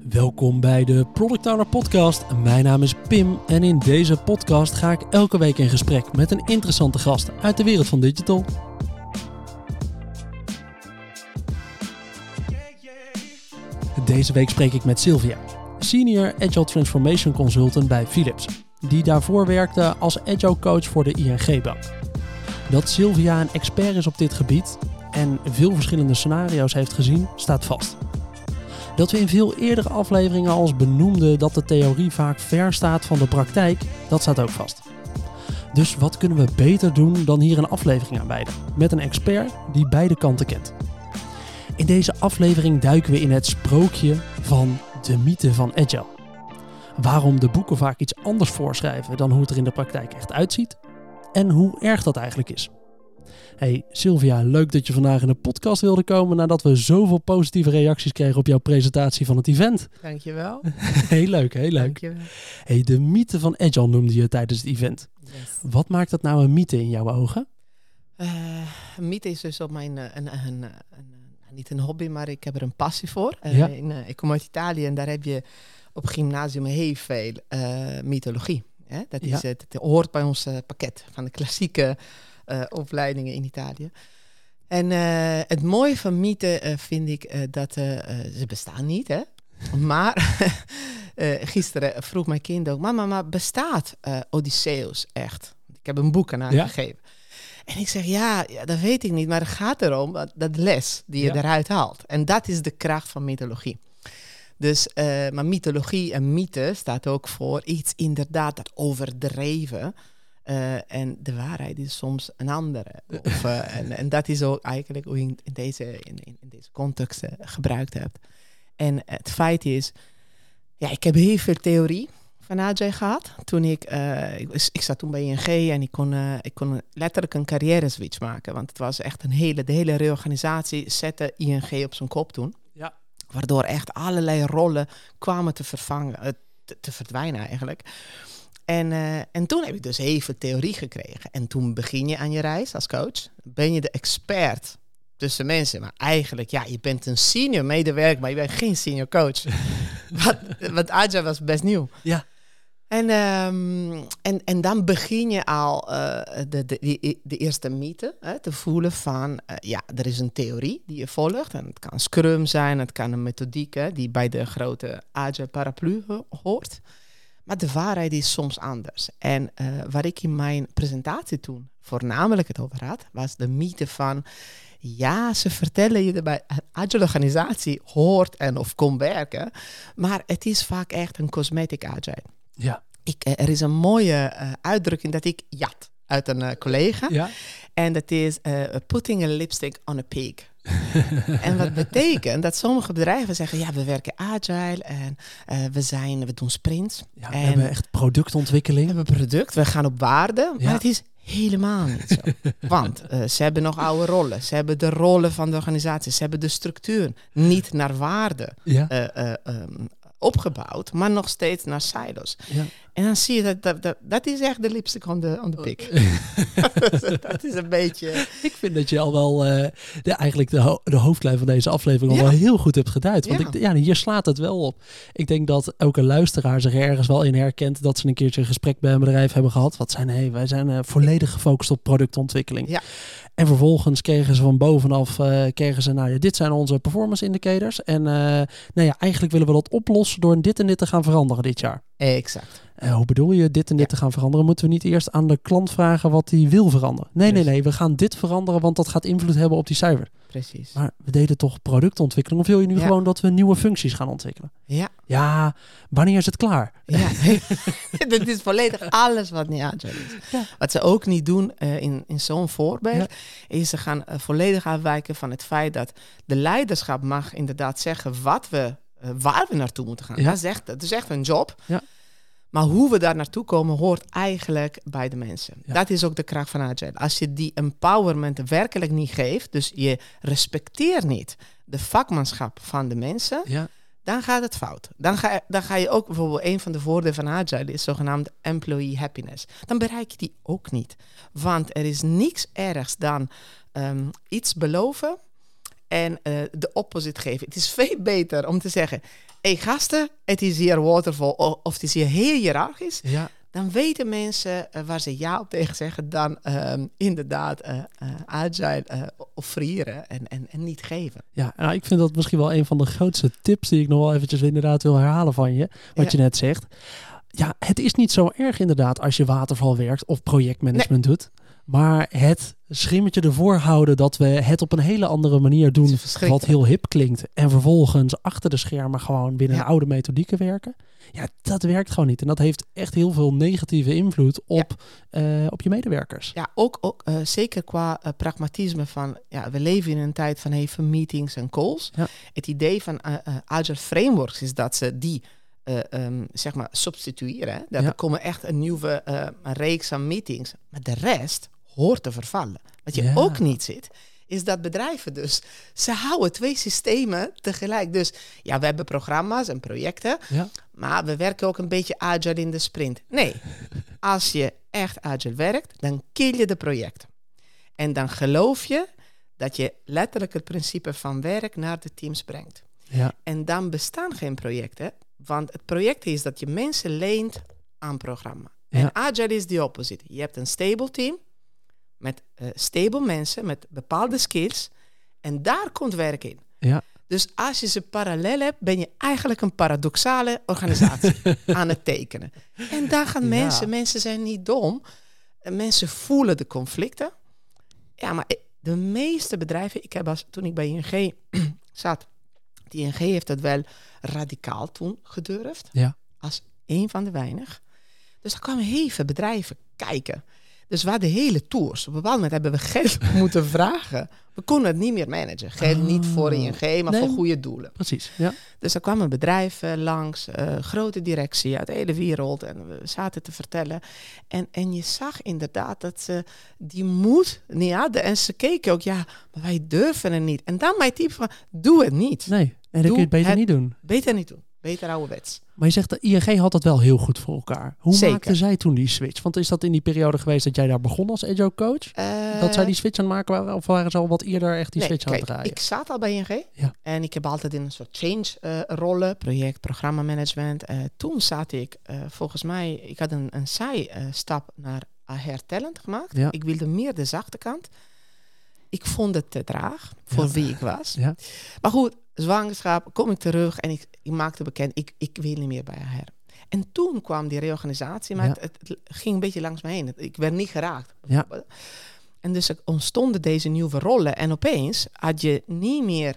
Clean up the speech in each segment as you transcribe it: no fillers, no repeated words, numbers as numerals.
Welkom bij de Product Owner Podcast. Mijn naam is Pim en in deze podcast ga ik elke week in gesprek met een interessante gast uit de wereld van digital. Deze week spreek ik met Sylvia, Senior Agile Transformation Consultant bij Philips, die daarvoor werkte als Agile Coach voor de ING-bank. Dat Sylvia een expert is op dit gebied en veel verschillende scenario's heeft gezien, staat vast. Dat we in veel eerdere afleveringen al eens benoemden dat de theorie vaak ver staat van de praktijk, dat staat ook vast. Dus wat kunnen we beter doen dan hier een aflevering aan wijden, met een expert die beide kanten kent. In deze aflevering duiken we in het sprookje van de mythe van Agile. Waarom de boeken vaak iets anders voorschrijven dan hoe het er in de praktijk echt uitziet en hoe erg dat eigenlijk is. Hey Sylvia, leuk dat je vandaag in de podcast wilde komen nadat we zoveel positieve reacties kregen op jouw presentatie van het event. Dankjewel. Heel leuk, heel leuk. Dankjewel. Hey, de mythe van Agile noemde je tijdens het event. Yes. Wat maakt dat nou een mythe in jouw ogen? Mythe is dus op mijn, niet een hobby, maar ik heb er een passie voor. Ja. Ik kom uit Italië en daar heb je op gymnasium heel veel mythologie. Hè? Dat is, het hoort bij ons pakket van de klassieke opleidingen in Italië. En het mooie van mythen vind ik dat ze bestaan niet, hè? Maar gisteren vroeg mijn kind ook, mama, bestaat Odysseus echt? Ik heb een boek aan haar gegeven. En ik zeg, ja, dat weet ik niet, maar het gaat erom dat les die je eruit haalt. En dat is de kracht van mythologie. Dus, maar mythologie en mythe staat ook voor iets inderdaad dat overdreven. En de waarheid is soms een andere. En dat is ook eigenlijk hoe je in deze context gebruikt hebt. En het feit is, ik heb heel veel theorie van Agile gehad. Toen ik zat toen bij ING en ik kon letterlijk een carrière switch maken. Want het was echt de hele reorganisatie zette ING op zijn kop toen. Ja. Waardoor echt allerlei rollen kwamen te verdwijnen eigenlijk. En toen heb ik dus heel veel theorie gekregen. En toen begin je aan je reis als coach. Ben je de expert tussen mensen. Maar eigenlijk, je bent een senior medewerker, maar je bent geen senior coach. Want Agile was best nieuw. Ja. En dan begin je al de eerste mythe te voelen van... er is een theorie die je volgt. En het kan Scrum zijn, het kan een methodiek die bij de grote Agile paraplu hoort. Maar de waarheid is soms anders. En waar ik in mijn presentatie toen voornamelijk het over had, was de mythe van... ze vertellen je dat bij een Agile organisatie hoort en of kon werken. Maar het is vaak echt een cosmetic Agile. Ja. Er is een mooie uitdrukking dat ik jat uit een collega. Ja. En dat is putting a lipstick on a pig. En wat betekent dat sommige bedrijven zeggen... we werken agile en we doen sprints. Ja, we hebben echt productontwikkeling. We gaan op waarde, maar het is helemaal niet zo. Want ze hebben nog oude rollen. Ze hebben de rollen van de organisatie. Ze hebben de structuur niet naar waarde opgebouwd, maar nog steeds naar silos. Ja. En dan zie je dat is echt de lipstick on the pig. Dat is een beetje... Ik vind dat je al wel eigenlijk de hoofdlijn van deze aflevering al wel heel goed hebt geduid. Want hier slaat het wel op. Ik denk dat elke luisteraar zich ergens wel in herkent dat ze een keertje een gesprek bij een bedrijf hebben gehad. Wij zijn volledig gefocust op productontwikkeling. Ja. En vervolgens kregen ze van bovenaf, dit zijn onze performance indicators. En eigenlijk willen we dat oplossen door dit en dit te gaan veranderen dit jaar. Exact. Hoe bedoel je dit en dit te gaan veranderen? Moeten we niet eerst aan de klant vragen wat hij wil veranderen? Nee, we gaan dit veranderen, want dat gaat invloed hebben op die cijfer. Precies. Maar we deden toch productontwikkeling? Of wil je nu gewoon dat we nieuwe functies gaan ontwikkelen? Ja. Ja, wanneer is het klaar? Ja. Dat is volledig alles wat niet agile is. Ja. Wat ze ook niet doen in zo'n voorbeeld, is ze gaan volledig afwijken van het feit dat de leiderschap mag inderdaad zeggen waar we naartoe moeten gaan. Ja. Dat is echt een job. Ja. Maar hoe we daar naartoe komen, hoort eigenlijk bij de mensen. Ja. Dat is ook de kracht van Agile. Als je die empowerment werkelijk niet geeft, dus je respecteert niet de vakmanschap van de mensen, dan gaat het fout. Dan ga je ook bijvoorbeeld, een van de voordelen van Agile is zogenaamd employee happiness. Dan bereik je die ook niet. Want er is niks ergs dan iets beloven en de opposite geven. Het is veel beter om te zeggen, hey, gasten, het is hier waterfall of het is hier heel hiërarchisch. Ja. Dan weten mensen waar ze ja op tegen zeggen dan inderdaad agile offeren en niet geven. Ja, nou, ik vind dat misschien wel een van de grootste tips die ik nog wel eventjes inderdaad wil herhalen van je. Wat je net zegt. Ja, het is niet zo erg inderdaad als je waterval werkt of projectmanagement doet. Maar het schimmetje ervoor houden dat we het op een hele andere manier doen, wat heel hip klinkt. En vervolgens achter de schermen gewoon binnen de oude methodieken werken. Ja, dat werkt gewoon niet. En dat heeft echt heel veel negatieve invloed op je medewerkers. Ja, ook zeker qua pragmatisme van, we leven in een tijd van even meetings en calls. Ja. Het idee van Agile Frameworks is dat ze die zeg maar substitueren. Hè? Dat er komen echt een nieuwe reeks aan meetings. Maar de rest hoort te vervallen. Wat je ook niet ziet, is dat bedrijven dus, ze houden 2 systemen tegelijk. Dus ja, we hebben programma's en projecten, maar we werken ook een beetje agile in de sprint. Nee, als je echt agile werkt, dan kill je de projecten. En dan geloof je dat je letterlijk het principe van werk naar de teams brengt. Ja. En dan bestaan geen projecten, want het project is dat je mensen leent aan programma. Ja. En agile is the opposite. Je hebt een stable team met stable mensen, met bepaalde skills. En daar komt werk in. Ja. Dus als je ze parallel hebt, ben je eigenlijk een paradoxale organisatie aan het tekenen. En daar gaan mensen zijn niet dom. Mensen voelen de conflicten. Ja, maar de meeste bedrijven, toen ik bij ING zat, die ING heeft dat wel radicaal toen gedurfd. Ja. Als een van de weinig. Dus daar kwamen heel veel bedrijven kijken. Dus we hadden hele tours. Op een bepaald moment hebben we geld moeten vragen. We konden het niet meer managen. Geld niet voor ING, maar voor goede doelen. Precies, ja. Dus er kwamen bedrijven langs, grote directie uit de hele wereld. En we zaten te vertellen. En je zag inderdaad dat ze die moed niet hadden. En ze keken ook, maar wij durven het niet. En dan mijn type van, doe het niet. Nee, en dan kun je het beter niet doen. Beter niet doen. Beter ouderwets. Maar je zegt, de ING had dat wel heel goed voor elkaar. Hoe maakte zij toen die switch? Want is dat in die periode geweest dat jij daar begon als agile coach? Dat zij die switch aan het maken waren? Of waren ze al wat eerder echt die switch aan het draaien? Ik zat al bij ING. Ja. En ik heb altijd in een soort change rollen. Project, programmamanagement. Toen zat ik, volgens mij, ik had een zijstap naar HR Talent gemaakt. Ja. Ik wilde meer de zachte kant. Ik vond het te traag voor wie ik was. Ja. Maar goed, zwangerschap, kom ik terug en ik maakte bekend, ik wil niet meer bij HR. En toen kwam die reorganisatie, maar het ging een beetje langs me heen. Ik werd niet geraakt. Ja. En dus er ontstonden deze nieuwe rollen. En opeens had je niet meer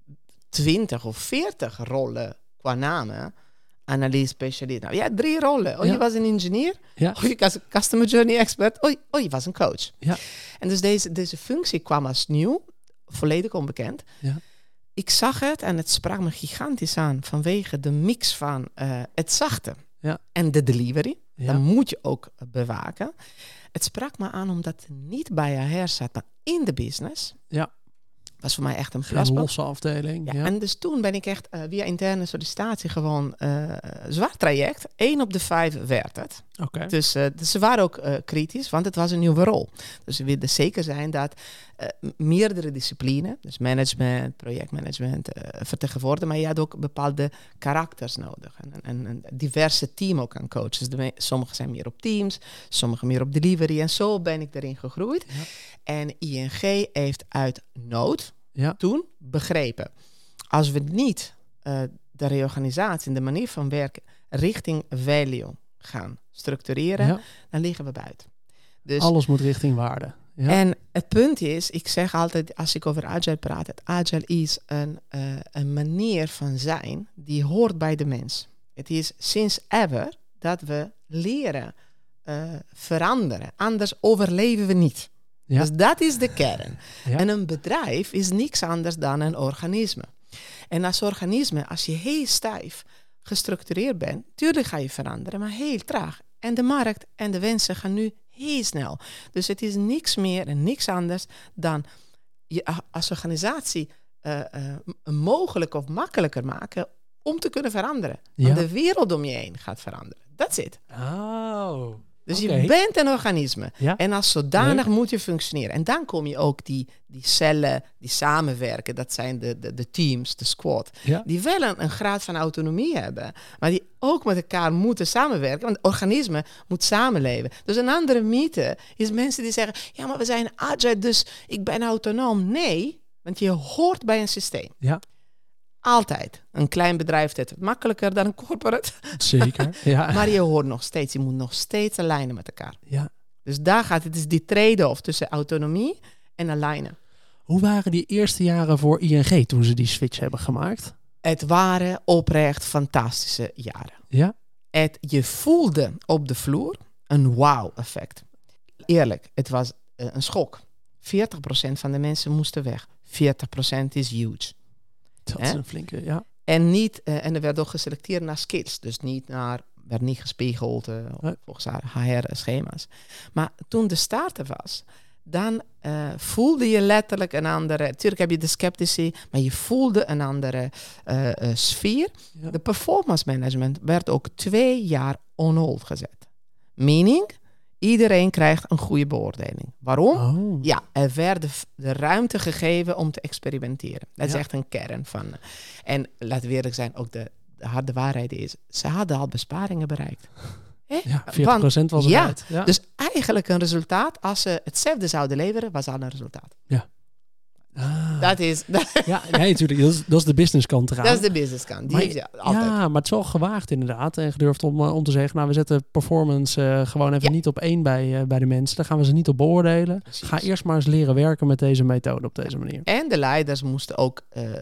20 of 40 rollen qua namen. Analyst, specialist. Nou, ja, 3 rollen. Je was een ingenieur. Ja. Je was een customer journey expert. Je was een coach. Ja. En dus deze functie kwam als nieuw. Volledig onbekend. Ja. Ik zag het en het sprak me gigantisch aan vanwege de mix van het zachte en de delivery. Ja. Dat moet je ook bewaken. Het sprak me aan omdat het niet bij HR zat, maar in de business. Ja. Was voor mij echt een pluspunt. Een losse afdeling. Ja. En dus toen ben ik echt via interne sollicitatie gewoon zwaar traject. 1 op de 5 werd het. Okay. Dus ze waren ook kritisch, want het was een nieuwe rol. Dus ze wilden zeker zijn dat meerdere disciplines, dus management, projectmanagement, vertegenwoordigen, maar je had ook bepaalde karakters nodig. En een diverse team ook aan coaches. Sommigen zijn meer op teams, sommigen meer op delivery. En zo ben ik erin gegroeid. Ja. En ING heeft uit nood toen begrepen. Als we niet de reorganisatie en de manier van werken richting value gaan structureren, dan liggen we buiten. Dus alles moet richting waarde. Ja. En het punt is, ik zeg altijd als ik over agile praat, het agile is een manier van zijn die hoort bij de mens. Het is sinds ever dat we leren veranderen. Anders overleven we niet. Ja. Dus dat is de kern. Ja. En een bedrijf is niks anders dan een organisme. En als organisme, als je heel stijf gestructureerd bent, tuurlijk ga je veranderen, maar heel traag. En de markt en de wensen gaan nu heel snel. Dus het is niks meer en niks anders dan je als organisatie mogelijk of makkelijker maken om te kunnen veranderen. Want de wereld om je heen gaat veranderen. That's it. Oh. Dus je bent een organisme. Ja. En als zodanig moet je functioneren. En dan kom je ook die cellen die samenwerken. Dat zijn de teams, de squad. Ja. Die wel een graad van autonomie hebben. Maar die ook met elkaar moeten samenwerken. Want het organisme moet samenleven. Dus een andere mythe is mensen die zeggen... ja, maar we zijn agile, dus ik ben autonoom. Nee, want je hoort bij een systeem. Ja. Altijd. Een klein bedrijf heeft het makkelijker dan een corporate. Zeker, ja. Maar je hoort nog steeds, je moet nog steeds alignen met elkaar. Ja. Dus daar gaat het, is die trade-off tussen autonomie en alignen. Hoe waren die eerste jaren voor ING toen ze die switch hebben gemaakt? Het waren oprecht fantastische jaren. Ja? Je voelde op de vloer een wow-effect. Eerlijk, het was een schok. 40% van de mensen moesten weg. 40% is huge. Dat is een flinke, ja. En niet, en er werd ook geselecteerd naar skills. Dus werd niet gespiegeld volgens HR-schema's. Maar toen de starter was, dan voelde je letterlijk een andere... Natuurlijk heb je de sceptici, maar je voelde een andere sfeer. Ja. De performance management werd ook 2 jaar on hold gezet. Meaning... Iedereen krijgt een goede beoordeling. Waarom? Oh. Ja, er werd de ruimte gegeven om te experimenteren. Dat is echt een kern van... En laten we eerlijk zijn, ook de harde waarheid is... Ze hadden al besparingen bereikt. Ja, 40% was het uit. Ja. Dus eigenlijk een resultaat... Als ze hetzelfde zouden leveren, was al een resultaat. Ja. Dat is... Ja, nee, natuurlijk. Dat is de businesskant eraan. Dat is de businesskant. Maar het is wel gewaagd inderdaad. En gedurfd om te zeggen... Nou, we zetten performance gewoon even niet op 1 bij de mensen. Daar gaan we ze niet op beoordelen. Precies. Ga eerst maar eens leren werken met deze methode op deze manier. En de leiders moesten ook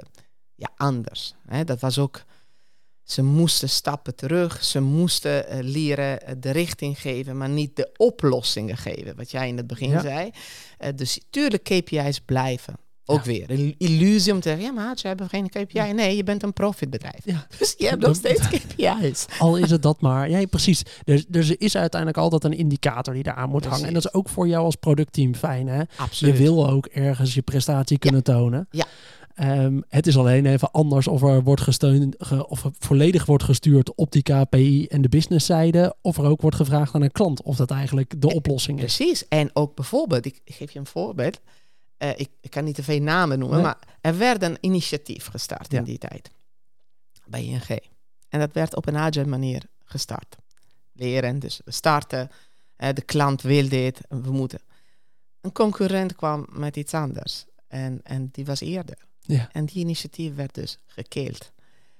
anders. Dat was ook... Ze moesten stappen terug. Ze moesten leren de richting geven, maar niet de oplossingen geven. Wat jij in het begin zei. Dus tuurlijk KPI's blijven. Ook weer een illusie om te zeggen... ja, maar ze hebben geen KPI. Nee, je bent een profitbedrijf. Ja. Dus je hebt nog steeds KPI's. Al is het dat maar. Ja, precies. Dus er is uiteindelijk altijd een indicator die daar aan moet hangen. En dat is ook voor jou als productteam fijn, hè? Absoluut. Je wil ook ergens je prestatie kunnen tonen. Ja. Het is alleen even anders of er wordt gesteund... of er volledig wordt gestuurd op die KPI en de businesszijde... of er ook wordt gevraagd aan een klant of dat eigenlijk de oplossing is. Precies. En ook bijvoorbeeld, ik geef je een voorbeeld... Ik kan niet te veel namen noemen, maar er werd een initiatief gestart in die tijd. Bij ING. En dat werd op een agile manier gestart. Leren, dus we starten. De klant wil dit, we moeten. Een concurrent kwam met iets anders. En die was eerder. Ja. En die initiatief werd dus gekeeld.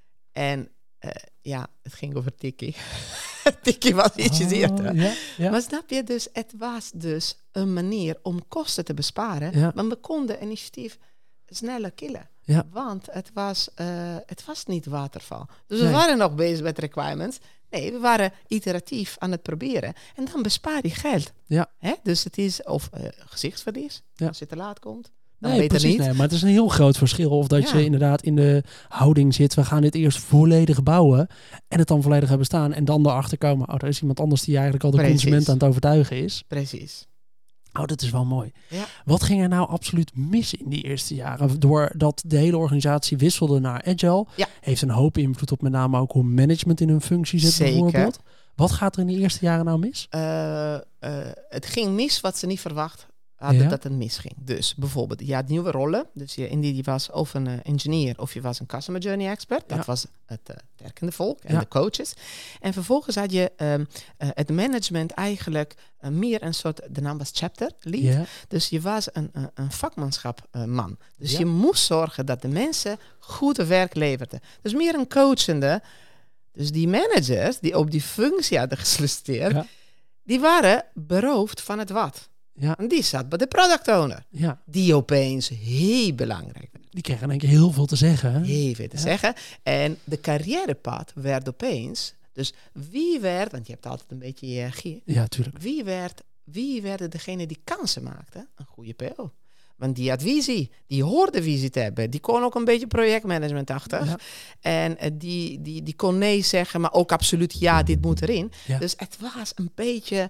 En het ging over Tikkie. Tikkie was ietsjes eerder. Ja. Maar snap je, dus het was dus een manier om kosten te besparen. Ja. Maar we konden initiatief sneller killen. Ja. Want het was niet waterval. Dus we waren nog bezig met requirements. Nee, we waren iteratief aan het proberen. En dan bespaar je geld. Ja. Dus het is gezichtsverlies als je te laat komt. Nee, precies. Nee, maar het is een heel groot verschil of dat je inderdaad in de houding zit. We gaan dit eerst volledig bouwen en het dan volledig hebben staan. En dan erachter komen, er is iemand anders die eigenlijk al de consument aan het overtuigen is. Precies. Dat is wel mooi. Ja. Wat ging er nou absoluut mis in die eerste jaren? Doordat de hele organisatie wisselde naar Agile. Ja. Heeft een hoop invloed op met name ook hoe management in hun functie zit. Zeker. Bijvoorbeeld. Wat gaat er in die eerste jaren nou mis? Het ging mis wat ze niet verwacht hadden dat het misging. Dus bijvoorbeeld, je had nieuwe rollen. Dus je was of een engineer of je was een customer journey expert. Dat was het werkende volk en de coaches. En vervolgens had je het management eigenlijk meer een soort, de naam was chapter lead. Ja. Dus je was een vakmanschap man. Dus je moest zorgen dat de mensen goed werk leverden. Dus meer een coachende. Dus die managers die op die functie hadden gesolliciteerd, die waren beroofd van het wat. Ja. En die zat bij de product owner. Ja. Die opeens heel belangrijk werd. Die kregen in één keer heel veel te zeggen. Hè? Heel veel te zeggen. En de carrièrepad werd opeens... Dus wie werd... Want je hebt altijd een beetje hiërarchie. Ja, tuurlijk. Wie werden degene die kansen maakten? Een goede PO. Want die had visie. Die hoorde visie te hebben. Die kon ook een beetje projectmanagement-achtig. Ja. En die kon nee zeggen, maar ook absoluut ja, dit moet erin. Ja. Dus het was een beetje...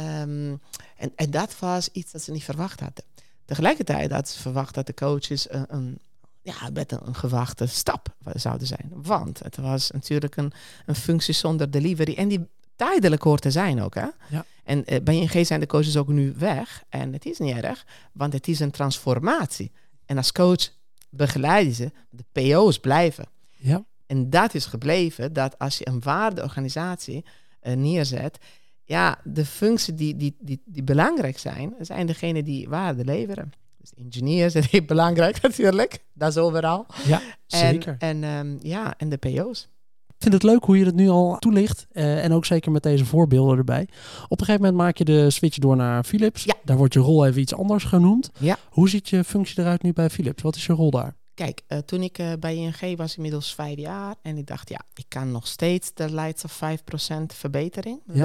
En dat was iets dat ze niet verwacht hadden. Tegelijkertijd hadden ze verwacht dat de coaches met een gewachte stap zouden zijn. Want het was natuurlijk een functie zonder delivery. En die tijdelijk hoort te zijn ook. Hè? Ja. En bij ING zijn de coaches ook nu weg. En het is niet erg, want het is een transformatie. En als coach begeleiden ze, de PO's blijven. Ja. En dat is gebleven, dat als je een waardeorganisatie neerzet, ja, de functies die belangrijk zijn degene die waarde leveren. Dus de engineers zijn heel belangrijk natuurlijk, dat is overal. Ja, zeker. En de PO's. Ik vind het leuk hoe je het nu al toelicht. En ook zeker met deze voorbeelden erbij. Op een gegeven moment maak je de switch door naar Philips. Ja. Daar wordt je rol even iets anders genoemd. Ja. Hoe ziet je functie eruit nu bij Philips? Wat is je rol daar? Kijk, toen ik bij ING was inmiddels 5 jaar. En ik dacht, ja, ik kan nog steeds de leids of 5% verbetering. Dat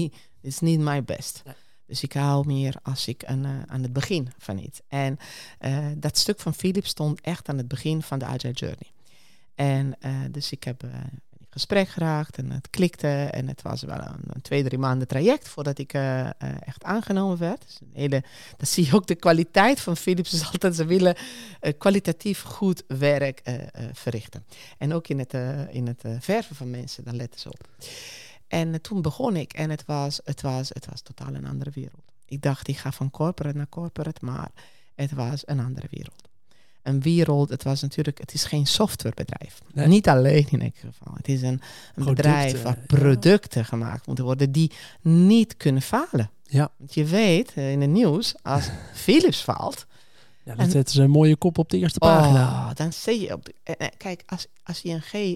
is niet mijn best. Nee. Dus ik hou meer als ik aan het begin van iets. En dat stuk van Philips stond echt aan het begin van de Agile Journey. En dus ik heb gesprek geraakt en het klikte. En het was wel een 2-3 maanden traject voordat ik echt aangenomen werd. Dus dat zie je ook, de kwaliteit van Philips is altijd, ze willen kwalitatief goed werk verrichten. En ook in het verven van mensen, daar letten ze op. En toen begon ik en het was totaal een andere wereld. Ik dacht, ik ga van corporate naar corporate, maar het was een andere wereld. Een wereld, het is geen softwarebedrijf. Nee. Niet alleen in elk geval. Het is een bedrijf waar producten gemaakt moeten worden die niet kunnen falen. Ja. Want je weet in het nieuws, als Philips faalt... Ja, dat zetten ze een mooie kop op de eerste pagina. Dan zie je kijk, als ING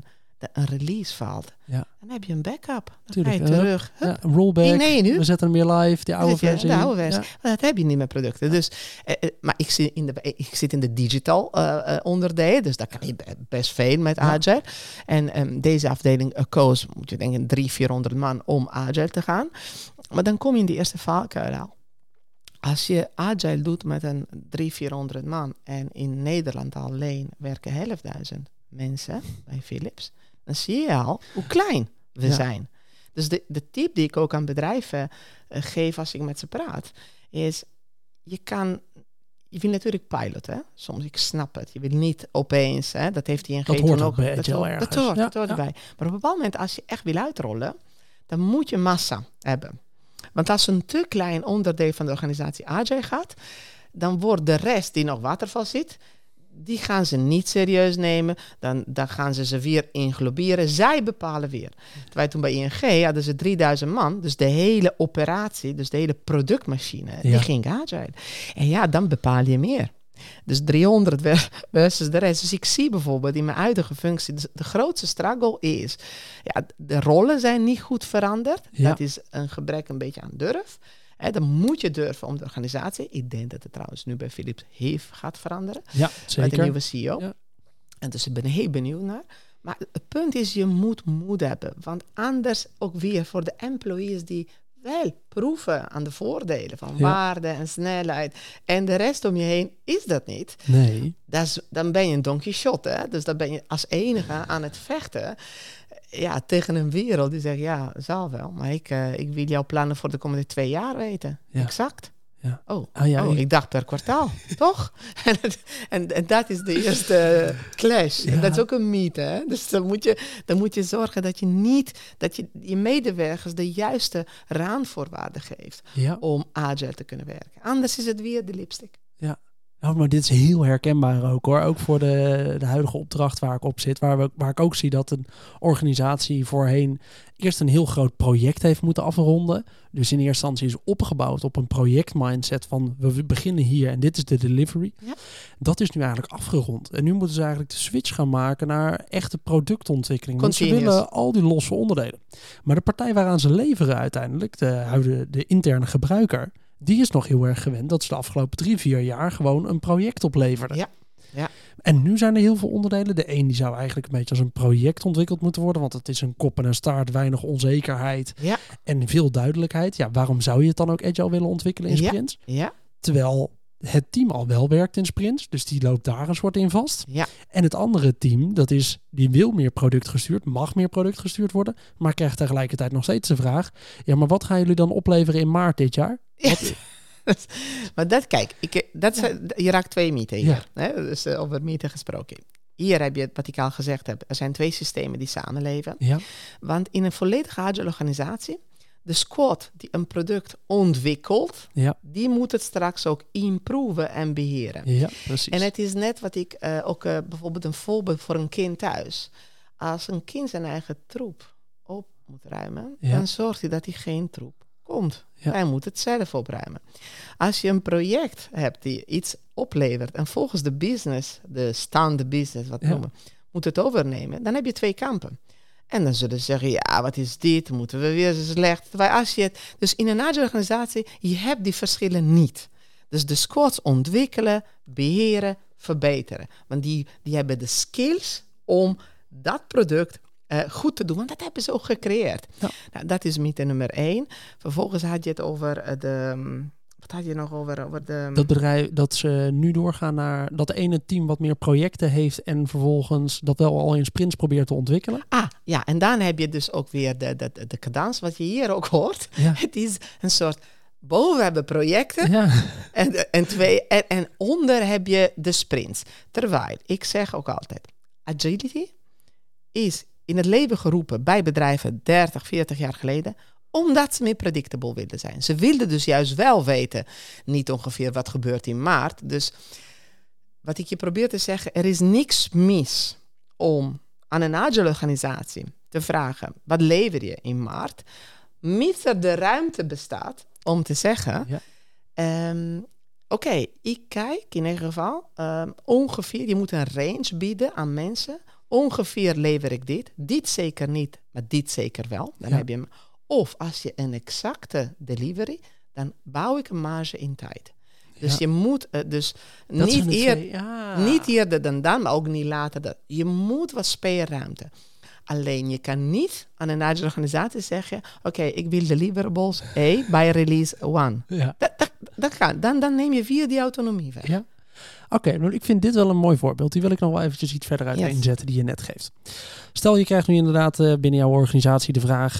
een release faalt, dan heb je een backup. Dan ga je terug. Ja, een rollback. Nu. We zetten hem weer live, die oude versie. De oude versie. Ja. Maar dat heb je niet met producten. Ja. Dus, maar ik zit in de digital onderdeel, dus daar kan je best veel met Agile. En deze afdeling koos, moet je denken, 300-400 man om Agile te gaan. Maar dan kom je in die eerste valkuil. Als je Agile doet met een 300-400 man en in Nederland alleen werken 11.000 mensen bij Philips, dan zie je al hoe klein we zijn. Dus de tip die ik ook aan bedrijven geef als ik met ze praat, is je wil natuurlijk piloten. Soms, ik snap het. Je wil niet opeens, dat heeft ING toen ook. Dat hoort erbij. Maar op een bepaald moment, als je echt wil uitrollen, dan moet je massa hebben. Want als een te klein onderdeel van de organisatie Agile gaat, dan wordt de rest die nog waterval zit, die gaan ze niet serieus nemen. Dan gaan ze weer ingloberen. Zij bepalen weer. Terwijl toen bij ING hadden ze 3000 man. Dus de hele operatie, dus de hele productmachine, die ging Agile. En dan bepaal je meer. Dus 300 versus de rest. Dus ik zie bijvoorbeeld in mijn huidige functie, de grootste struggle is, de rollen zijn niet goed veranderd. Ja. Dat is een gebrek een beetje aan durf. Dan moet je durven om de organisatie. Ik denk dat het trouwens nu bij Philips gaat veranderen. Ja, zeker. Met de nieuwe CEO. Ja. En dus ik ben heel benieuwd naar. Maar het punt is, je moet moed hebben. Want anders ook weer voor de employees die wel proeven aan de voordelen van waarde en snelheid. En de rest om je heen is dat niet. Nee. Dan ben je een Don Quixote. Hè? Dus dan ben je als enige aan het vechten. Tegen een wereld die zegt, zal wel. Maar ik wil jouw plannen voor de komende 2 jaar weten. Ja. Exact. Ja. Ik dacht per kwartaal, toch? En dat is de eerste clash. Ja. En dat is ook een mythe. Hè? Dus dan moet je zorgen dat je medewerkers de juiste raamvoorwaarden geeft om Agile te kunnen werken. Anders is het weer de lipstick. Ja. Nou, maar dit is heel herkenbaar ook hoor. Ook voor de huidige opdracht waar ik op zit. Waar ik ook zie dat een organisatie voorheen eerst een heel groot project heeft moeten afronden. Dus in eerste instantie is opgebouwd op een projectmindset van we beginnen hier en dit is de delivery. Ja. Dat is nu eigenlijk afgerond. En nu moeten ze eigenlijk de switch gaan maken naar echte productontwikkeling. Want ze willen al die losse onderdelen. Maar de partij waaraan ze leveren uiteindelijk, de interne gebruiker, die is nog heel erg gewend dat ze de afgelopen 3-4 jaar gewoon een project opleverden. Ja. Ja. En nu zijn er heel veel onderdelen. De een die zou eigenlijk een beetje als een project ontwikkeld moeten worden, want het is een kop en een staart, weinig onzekerheid en veel duidelijkheid. Ja, waarom zou je het dan ook agile willen ontwikkelen in sprints? Ja. Terwijl het team al wel werkt in sprints, dus die loopt daar een soort in vast. Ja. En het andere team, die wil meer productgestuurd, mag meer productgestuurd worden, maar krijgt tegelijkertijd nog steeds de vraag, maar wat gaan jullie dan opleveren in maart dit jaar? Maar je raakt 2 mythen hier. Ja. Hè? Dus over mythen gesproken. Hier heb je wat ik al gezegd heb. Er zijn 2 systemen die samenleven. Ja. Want in een volledige agile organisatie, De squad die een product ontwikkelt, die moet het straks ook improven en beheren. Ja, precies. En het is net wat ik bijvoorbeeld een voorbeeld voor een kind thuis. Als een kind zijn eigen troep op moet ruimen, dan zorgt hij dat hij geen troep komt. Ja. Hij moet het zelf opruimen. Als je een project hebt die iets oplevert en volgens de business, de staande business, wat noemen, moet het overnemen, dan heb je 2 kampen. En dan zullen ze zeggen, ja, wat is dit? Moeten we weer zo slecht? Dus in een agile organisatie, je hebt die verschillen niet. Dus de squads ontwikkelen, beheren, verbeteren. Want die hebben de skills om dat product goed te doen. Want dat hebben ze ook gecreëerd. Ja. Nou, dat is mythe nummer 1. Vervolgens had je het over wat had je nog over de... Dat bedrijf, dat ze nu doorgaan naar dat ene team wat meer projecten heeft en vervolgens dat wel al in sprints probeert te ontwikkelen. Ja, en dan heb je dus ook weer de cadans, wat je hier ook hoort. Ja. Het is een soort... Boven hebben projecten en onder heb je de sprints. Terwijl, ik zeg ook altijd, agility is in het leven geroepen bij bedrijven 30, 40 jaar geleden, omdat ze meer predictable wilden zijn. Ze wilden dus juist wel weten, niet ongeveer wat gebeurt in maart. Dus wat ik je probeer te zeggen, er is niks mis om aan een agile organisatie te vragen, wat lever je in maart? Mits er de ruimte bestaat om te zeggen, oké, ik kijk in ieder geval ongeveer, je moet een range bieden aan mensen. Ongeveer lever ik dit zeker niet, maar dit zeker wel. Dan heb je hem. Of als je een exacte delivery, dan bouw ik een marge in tijd. Dus je moet niet eerder dan, maar ook niet later. Je moet wat speelruimte. Alleen je kan niet aan een agile organisatie zeggen, oké, ik wil deliverables bij release 1. Ja. Dat kan. Dan neem je via die autonomie weg. Ja. Oké, ik vind dit wel een mooi voorbeeld. Die wil ik nog wel eventjes iets verder uiteenzetten die je net geeft. Stel, je krijgt nu inderdaad binnen jouw organisatie de vraag,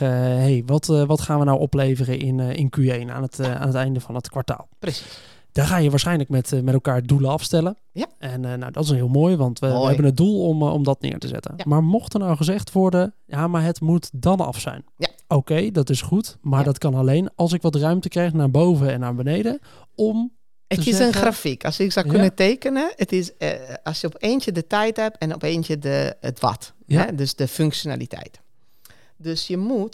wat gaan we nou opleveren in Q1 aan het einde van het kwartaal? Precies. Daar ga je waarschijnlijk met elkaar doelen afstellen. Ja. En dat is heel mooi, want we hebben het doel om dat neer te zetten. Ja. Maar mocht er nou gezegd worden, ja, maar het moet dan af zijn. Ja. Oké, dat is goed, maar dat kan alleen als ik wat ruimte krijg naar boven en naar beneden om... Het is een grafiek. Als ik zou kunnen tekenen, het is als je op eentje de tijd hebt en op eentje het wat. Ja. Hè? Dus de functionaliteit. Dus je moet,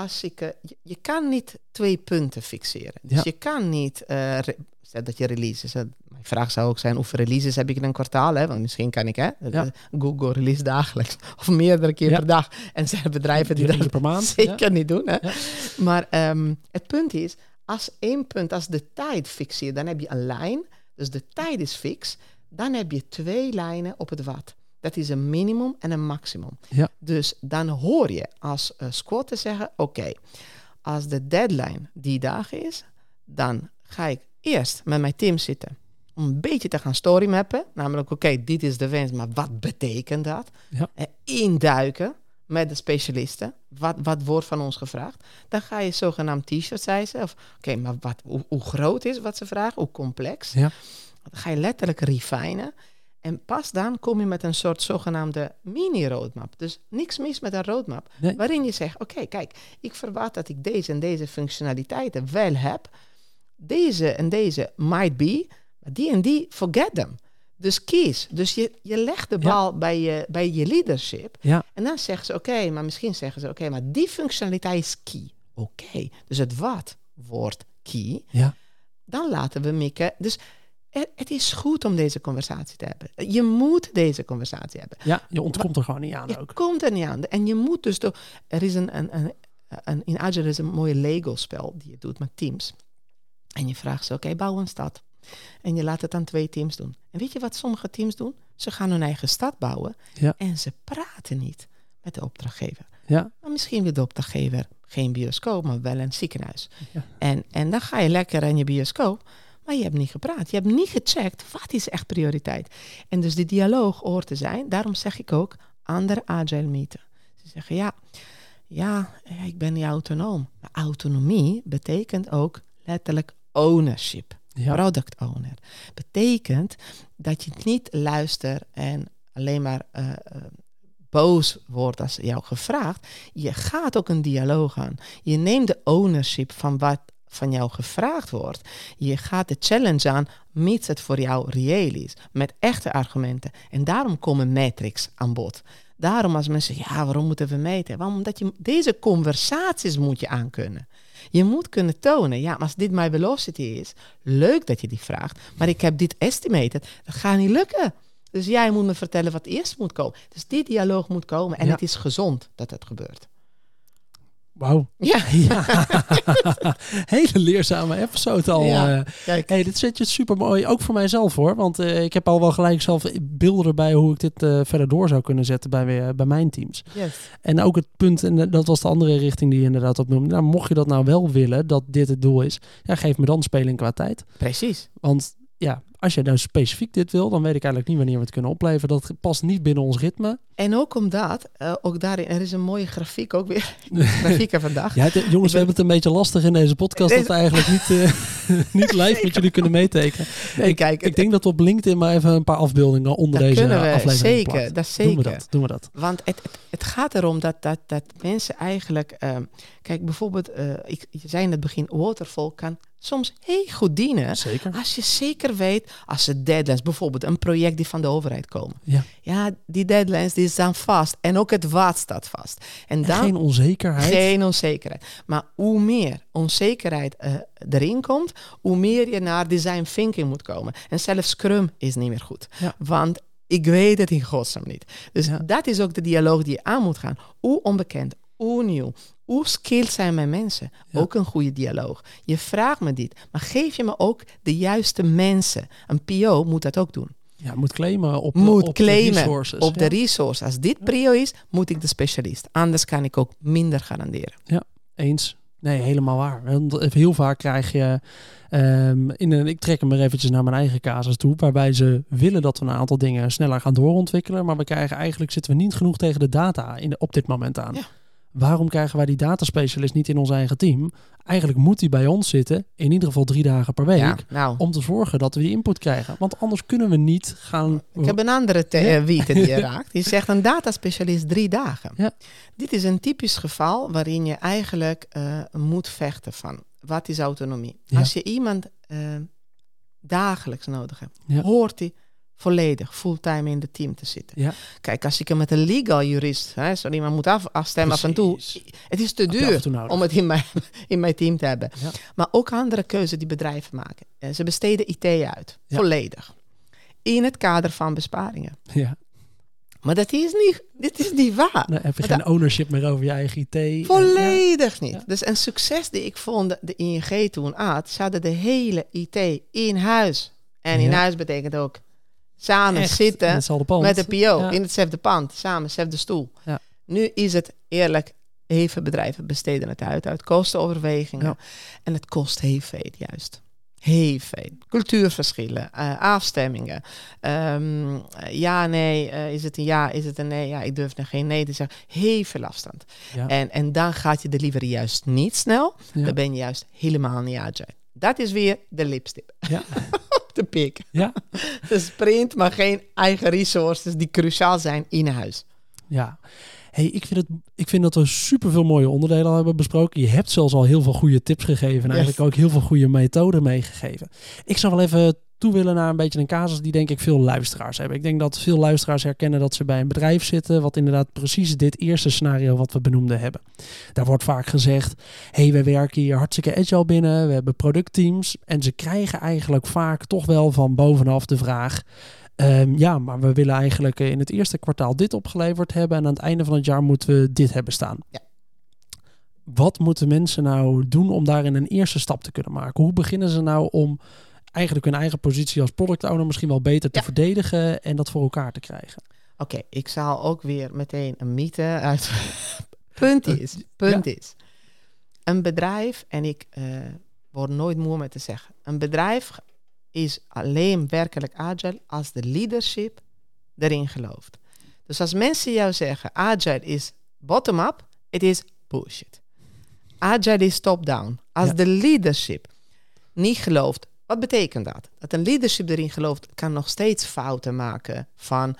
je kan niet 2 punten fixeren. Dus je kan niet, stel dat je releases, mijn vraag zou ook zijn, hoeveel releases heb ik in een kwartaal? Hè? Want misschien kan ik Google release dagelijks of meerdere keer per dag. En zijn bedrijven die dat per maand zeker niet doen. Hè? Ja. Maar het punt is, als 1 punt, als de tijd fixeert, dan heb je een lijn. Dus de tijd is fix. Dan heb je 2 lijnen op het wat. Dat is een minimum en een maximum. Ja. Dus dan hoor je als squad te zeggen, oké, als de deadline die dag is, dan ga ik eerst met mijn team zitten om een beetje te gaan storymappen. Namelijk, oké, dit is de wens, maar wat betekent dat? Ja. Induiken met de specialisten. Wat wordt van ons gevraagd? Dan ga je zogenaamd t-shirts eisen. Oké, maar hoe groot is wat ze vragen? Hoe complex? Ja. Dan ga je letterlijk refinen. En pas dan kom je met een soort zogenaamde mini-roadmap. Dus niks mis met een roadmap. Nee. Waarin je zegt, oké, kijk, ik verwacht dat ik deze en deze functionaliteiten wel heb. Deze en deze might be, maar die en die, forget them. Dus kies. Dus je legt de bal bij je leadership. Ja. En dan zeggen ze, oké, maar misschien zeggen ze, oké, maar die functionaliteit is key. Oké, dus het wat wordt key. Ja. Dan laten we mikken. Dus het is goed om deze conversatie te hebben. Je moet deze conversatie hebben. Ja, je ontkomt er gewoon niet aan ook. Je komt er niet aan. En je moet dus... Er is in Agile is een mooie Lego-spel die je doet met teams. En je vraagt ze, oké, bouw een stad. En je laat het aan 2 teams doen. En weet je wat sommige teams doen? Ze gaan hun eigen stad bouwen. Ja. En ze praten niet met de opdrachtgever. Ja. Maar misschien wil de opdrachtgever geen bioscoop, maar wel een ziekenhuis. Ja. En dan ga je lekker aan je bioscoop. Maar je hebt niet gepraat. Je hebt niet gecheckt, wat is echt prioriteit? En dus die dialoog hoort te zijn. Daarom zeg ik ook, andere agile mythen. Ze zeggen, ja, ik ben niet autonoom. Maar autonomie betekent ook letterlijk ownership. Ja. Product owner. Betekent dat je niet luistert en alleen maar boos wordt als jou gevraagd. Je gaat ook een dialoog aan. Je neemt de ownership van wat van jou gevraagd wordt. Je gaat de challenge aan, mits het voor jou reëel is. Met echte argumenten. En daarom komen metrics aan bod. Daarom als mensen zeggen, waarom moeten we meten? Omdat deze conversaties moet je aankunnen. Je moet kunnen tonen, maar als dit mijn velocity is, leuk dat je die vraagt, maar ik heb dit estimated, dat gaat niet lukken. Dus jij moet me vertellen wat eerst moet komen. Dus die dialoog moet komen en het is gezond dat het gebeurt. Wauw. Ja. Hele leerzame episode al. Ja, dit zet je super mooi. Ook voor mijzelf hoor. Want ik heb al wel gelijk zelf beelden erbij hoe ik dit verder door zou kunnen zetten bij mijn teams. Yes. En ook het punt, en dat was de andere richting die je inderdaad opnoemde. Nou, mocht je dat nou wel willen, dat dit het doel is, geef me dan speling qua tijd. Precies. Want als je nou specifiek dit wil, dan weet ik eigenlijk niet wanneer we het kunnen opleveren. Dat past niet binnen ons ritme. En ook omdat, ook daarin, er is een mooie grafiek ook weer. Grafieken vandaag. Jongens, we hebben het een beetje lastig in deze podcast dat we eigenlijk niet live met jullie kunnen meetekenen. Nee, kijk, ik denk dat we op LinkedIn maar even een paar afbeeldingen onder deze aflevering zeker, dat zeker. Doen we dat. Want het gaat erom dat mensen eigenlijk... kijk, bijvoorbeeld, je zei in het begin, waterfall kan soms heel goed dienen. Zeker. Als je zeker weet, als er deadlines, bijvoorbeeld een project die van de overheid komen. Ja, die deadlines die staan vast. En ook het wat staat vast. En dan, geen onzekerheid. Geen onzekerheid. Maar hoe meer onzekerheid erin komt, hoe meer je naar design thinking moet komen. En zelfs Scrum is niet meer goed. Ja. Want ik weet het in godsnaam niet. Dus dat is ook de dialoog die je aan moet gaan. Hoe onbekend, hoe nieuw. Hoe skilled zijn mijn mensen? Ja. Ook een goede dialoog. Je vraagt me dit, maar geef je me ook de juiste mensen. Een PO moet dat ook doen. Ja, moet claimen op de resources. Op de resources. Als dit prio is, moet ik de specialist. Anders kan ik ook minder garanderen. Ja, eens. Nee, helemaal waar. Heel vaak krijg je... ik trek hem maar eventjes naar mijn eigen casus toe, waarbij ze willen dat we een aantal dingen sneller gaan doorontwikkelen, maar zitten we niet genoeg tegen de data op dit moment aan. Ja. Waarom krijgen wij die dataspecialist niet in ons eigen team? Eigenlijk moet die bij ons zitten, in ieder geval 3 dagen per week, om te zorgen dat we die input krijgen. Want anders kunnen we niet gaan... Ik heb een andere wieten die je raakt. Die zegt een dataspecialist 3 dagen. Ja. Dit is een typisch geval waarin je eigenlijk moet vechten van, wat is autonomie? Ja. Als je iemand dagelijks nodig hebt, hoort hij volledig fulltime in het team te zitten. Ja. Kijk, als ik hem met een legal jurist, maar moet afstemmen af en toe. Het is te duur om het in mijn team te hebben. Ja. Maar ook andere keuzes die bedrijven maken. Ze besteden IT uit, volledig. In het kader van besparingen. Ja. Maar dit is niet waar. Dan heb je geen ownership meer over je eigen IT. Volledig niet. Ja. Dus een succes die ik vond, de ING toen had, ze hadden de hele IT in huis. En in huis betekent ook samen zitten met de PO in hetzelfde pand, samen, hetzelfde stoel. Ja. Nu is het eerlijk, heel veel bedrijven besteden het uit kostenoverwegingen. Ja. En het kost heel veel juist. Heel veel. Cultuurverschillen, afstemmingen. Is het een ja, is het een nee? Ja, ik durf nog geen nee te zeggen. Heel veel afstand. Ja. En dan gaat je delivery juist niet snel. Ja. Dan ben je juist helemaal niet agile. Dat is weer de lipstick. Ja. De pik. Ja. De sprint, maar geen eigen resources die cruciaal zijn in huis. Ja. Hey, ik vind dat we superveel mooie onderdelen al hebben besproken. Je hebt zelfs al heel veel goede tips gegeven. En eigenlijk ook heel veel goede methoden meegegeven. Ik zou wel even toe willen naar een beetje een casus die denk ik veel luisteraars hebben. Ik denk dat veel luisteraars herkennen dat ze bij een bedrijf zitten wat inderdaad precies dit eerste scenario wat we benoemden hebben. Daar wordt vaak gezegd, we werken hier hartstikke agile binnen, we hebben productteams en ze krijgen eigenlijk vaak toch wel van bovenaf de vraag, maar we willen eigenlijk in het eerste kwartaal dit opgeleverd hebben en aan het einde van het jaar moeten we dit hebben staan. Ja. Wat moeten mensen nou doen om daarin een eerste stap te kunnen maken? Hoe beginnen ze nou om eigenlijk hun eigen positie als product owner misschien wel beter te verdedigen en dat voor elkaar te krijgen? Oké, ik zal ook weer meteen een mythe uit. Punt is. Een bedrijf, en ik word nooit moe met te zeggen, een bedrijf is alleen werkelijk agile als de leadership erin gelooft. Dus als mensen jou zeggen, agile is bottom-up, het is bullshit. Agile is top-down. Als de leadership niet gelooft, wat betekent dat? Dat een leadership erin gelooft, kan nog steeds fouten maken van,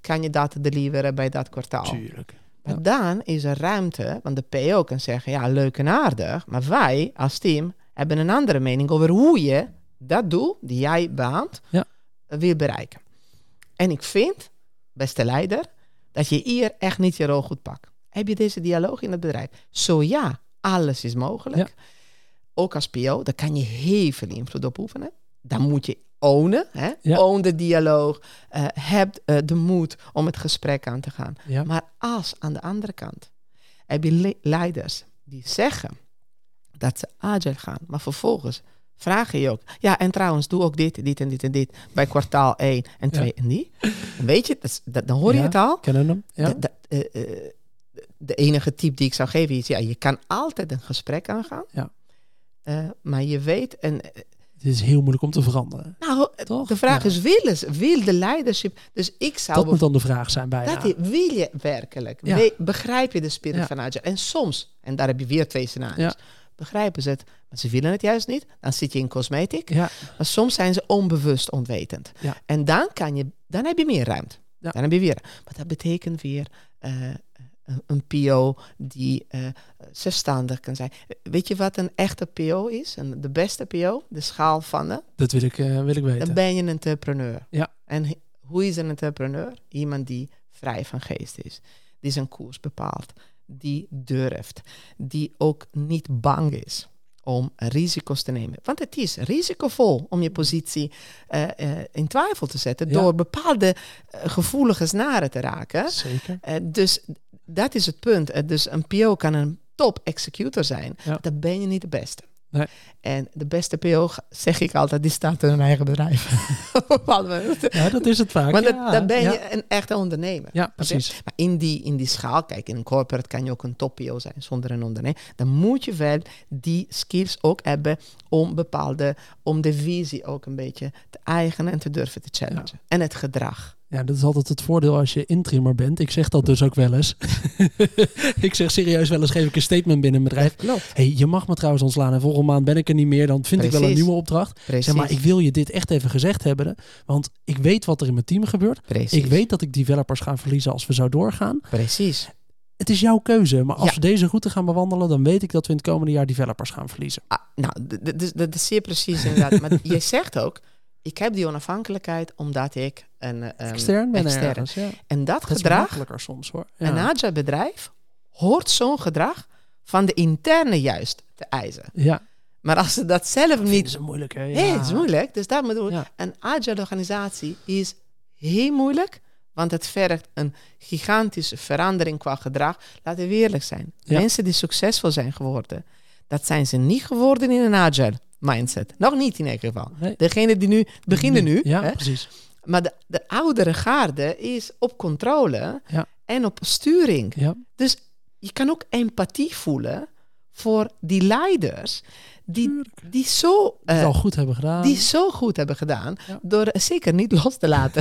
kan je dat deliveren bij dat kwartaal. Tuurlijk. Maar dan is er ruimte, want de PO kan zeggen, ja, leuk en aardig, maar wij als team hebben een andere mening over hoe je dat doel, die jij behaalt, wil bereiken. En ik vind, beste leider, dat je hier echt niet je rol goed pakt. Heb je deze dialoog in het bedrijf? Zo ja, alles is mogelijk. Ja. Ook als PO, daar kan je heel veel invloed op oefenen. Dan moet je ownen, hè? Ja. Own de dialoog. Heb de moed om het gesprek aan te gaan. Ja. Maar als aan de andere kant heb je leiders die zeggen dat ze agile gaan, maar vervolgens vragen je ook, ja, en trouwens, doe ook dit, dit en dit en dit bij kwartaal 1 en 2 en die. Dan weet je, dan hoor je het al. Kennen hem. Ja. De enige tip die ik zou geven is, ja, je kan altijd een gesprek aangaan. Ja. Maar je weet... Het is heel moeilijk om te veranderen. Nou, toch? De vraag is, wil de leidership... Dus ik zou... Dat moet dan de vraag zijn bijna. Wil je werkelijk? Ja. Begrijp je de spirit van agile? En soms, en daar heb je weer 2 scenario's... begrijpen ze het, maar ze willen het juist niet. Dan zit je in cosmetic. Ja. Maar soms zijn ze onbewust onwetend. Ja. En dan heb je meer ruimte. Ja. Dan heb je weer... Maar dat betekent weer... een PO die zelfstandig kan zijn. Weet je wat een echte PO is? De beste PO? De schaal van de... Dat wil ik weten. Dan ben je een entrepreneur. Ja. En hoe is een entrepreneur? Iemand die vrij van geest is. Die zijn koers bepaalt. Die durft. Die ook niet bang is om risico's te nemen. Want het is risicovol om je positie in twijfel te zetten... door bepaalde gevoelige snaren te raken. Zeker. Dus... Dat is het punt. Dus een PO kan een top executor zijn. Ja. Dan ben je niet de beste. Nee. En de beste PO, zeg ik altijd, die staat in een eigen bedrijf. Ja, dat is het vaak. Maar dan ben je een echte ondernemer. Ja, precies. Maar in die schaal, kijk, in een corporate kan je ook een top PO zijn zonder een ondernemer. Dan moet je wel die skills ook hebben om de visie ook een beetje te eigenen en te durven te challengen. Ja. En het gedrag. Ja, dat is altijd het voordeel als je interimmer bent. Ik zeg dat dus ook wel eens. Ik zeg serieus wel eens, geef ik een statement binnen een bedrijf. Klopt. Hey, je mag me trouwens ontslaan en volgende maand ben ik er niet meer. Dan vind ik wel een nieuwe opdracht. Zeg maar, ik wil je dit echt even gezegd hebben. Want ik weet wat er in mijn team gebeurt. Precies. Ik weet dat ik developers ga verliezen als we zo doorgaan. Precies. Het is jouw keuze. Maar als we deze route gaan bewandelen, dan weet ik dat we in het komende jaar developers gaan verliezen. Dat is zeer precies inderdaad. Maar je zegt ook, ik heb die onafhankelijkheid omdat ik extern ben. Ergens, ja. En dat gedrag, is makkelijker soms hoor. Ja. Een agile bedrijf hoort zo'n gedrag van de interne juist te eisen. Ja. Maar als ze dat zelf niet... Dat is moeilijk, hè? Ja. Nee, het is moeilijk. Dus dat bedoel ik. Ja. Een agile organisatie is heel moeilijk, want het vergt een gigantische verandering qua gedrag. Laten we eerlijk zijn. Ja. Mensen die succesvol zijn geworden, dat zijn ze niet geworden in een agile mindset. Nog niet in elk geval. Nee. Degene die nu beginnen nu. Ja, hè? Precies. Maar de oudere garde is op controle en op sturing. Ja. Dus je kan ook empathie voelen voor die leiders die zo al goed hebben gedaan. Die zo goed hebben gedaan door zeker niet los te laten.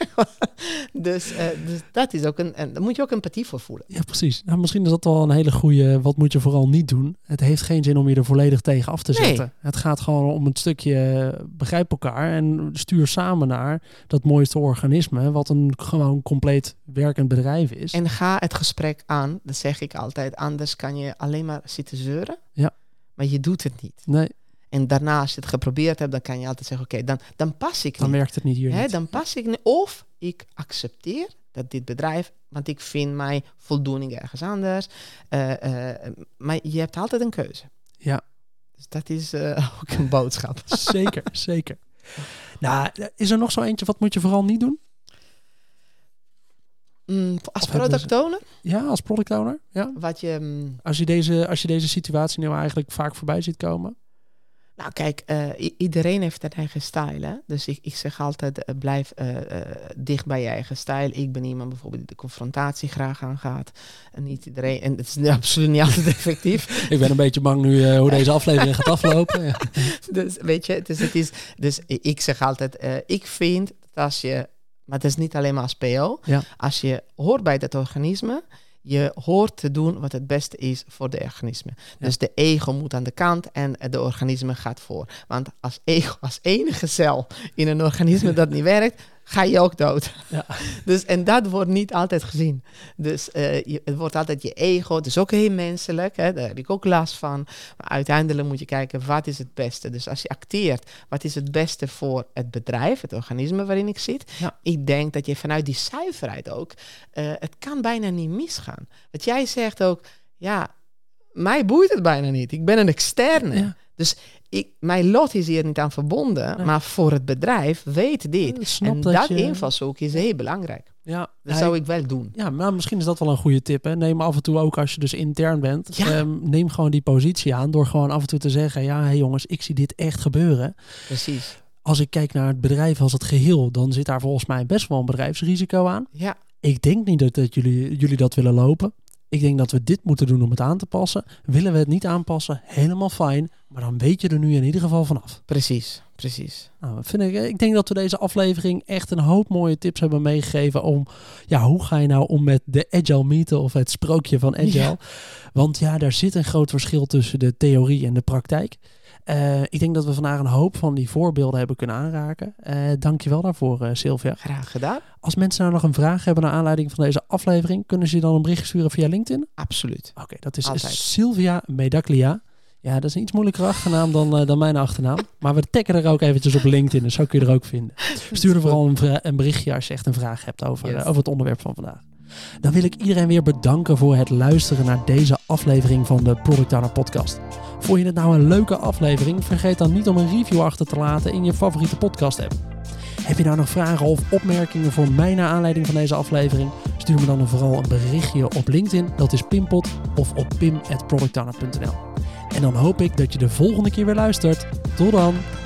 Dus dat is ook daar moet je ook empathie voor voelen. Ja, precies. Nou, misschien is dat wel een hele goede. Wat moet je vooral niet doen? Het heeft geen zin om je er volledig tegen af te zetten. Nee. Het gaat gewoon om het stukje begrijp elkaar en stuur samen naar dat mooiste organisme, wat een gewoon compleet werkend bedrijf is. En ga het gesprek aan. Dat zeg ik altijd. Anders kan je alleen maar zitten zeuren. Ja. Maar je doet het niet. Nee. En daarna, als je het geprobeerd hebt, dan kan je altijd zeggen, oké, dan pas ik niet. Dan werkt het niet hier niet. Dan pas ik niet. Of ik accepteer dat dit bedrijf, want ik vind mijn voldoening ergens anders. Maar je hebt altijd een keuze. Ja. Dus dat is ook een boodschap. Zeker, zeker. Nou, is er nog zo eentje, wat moet je vooral niet doen? Als product owner? Ja, als product owner. Ja. Wat je, als je deze situatie nu eigenlijk vaak voorbij ziet komen. Nou kijk, iedereen heeft een eigen stijl. Hè? Dus ik zeg altijd, blijf dicht bij je eigen stijl. Ik ben iemand bijvoorbeeld die de confrontatie graag aangaat. En niet iedereen, en het is absoluut niet altijd effectief. Ik ben een beetje bang nu hoe deze aflevering gaat aflopen. Ja. Dus weet je, dus ik zeg altijd, ik vind dat als je, maar het is niet alleen maar als PO. Ja. Als je hoort bij dat organisme, je hoort te doen wat het beste is voor de organisme. Ja. Dus de ego moet aan de kant en de organisme gaat voor. Want als ego, als enige cel in een organisme dat niet werkt, ga je ook dood. Ja. Dus, en dat wordt niet altijd gezien. Dus het wordt altijd je ego. Het is ook heel menselijk. Hè? Daar heb ik ook last van. Maar uiteindelijk moet je kijken, wat is het beste? Dus als je acteert, wat is het beste voor het bedrijf, het organisme waarin ik zit? Ja. Ik denk dat je vanuit die zuiverheid ook, het kan bijna niet misgaan. Want jij zegt ook, ja, mij boeit het bijna niet. Ik ben een externe. Ja. Dus mijn lot is hier niet aan verbonden. Nee. Maar voor het bedrijf weet dit. En dat invalshoek is heel belangrijk. Ja, Dat zou ik wel doen. Ja, maar misschien is dat wel een goede tip. Hè? Neem af en toe ook, als je dus intern bent, neem gewoon die positie aan door gewoon af en toe te zeggen, ja, hey jongens, ik zie dit echt gebeuren. Precies. Als ik kijk naar het bedrijf als het geheel, dan zit daar volgens mij best wel een bedrijfsrisico aan. Ja. Ik denk niet dat jullie dat willen lopen. Ik denk dat we dit moeten doen om het aan te passen. Willen we het niet aanpassen, helemaal fijn. Maar dan weet je er nu in ieder geval vanaf. Precies. Nou, ik denk dat we deze aflevering echt een hoop mooie tips hebben meegegeven om, ja, hoe ga je nou om met de Agile mythe of het sprookje van Agile? Ja. Want ja, daar zit een groot verschil tussen de theorie en de praktijk. Ik denk dat we vandaag een hoop van die voorbeelden hebben kunnen aanraken. Dank je wel daarvoor, Sylvia. Graag gedaan. Als mensen nou nog een vraag hebben naar aanleiding van deze aflevering, kunnen ze je dan een bericht sturen via LinkedIn? Absoluut. Oké, dat is Sylvia Medaglia. Ja, dat is een iets moeilijkere achternaam dan mijn achternaam. Maar we taggen er ook eventjes op LinkedIn, dus zo kun je er ook vinden. Stuur er vooral een berichtje als je echt een vraag hebt over het onderwerp van vandaag. Dan wil ik iedereen weer bedanken voor het luisteren naar deze aflevering van de Product Owner Podcast. Vond je het nou een leuke aflevering? Vergeet dan niet om een review achter te laten in je favoriete podcast app. Heb je nou nog vragen of opmerkingen voor mij naar aanleiding van deze aflevering? Stuur me dan vooral een berichtje op LinkedIn, dat is Pimpot, of op pim@productowner.nl. En dan hoop ik dat je de volgende keer weer luistert. Tot dan!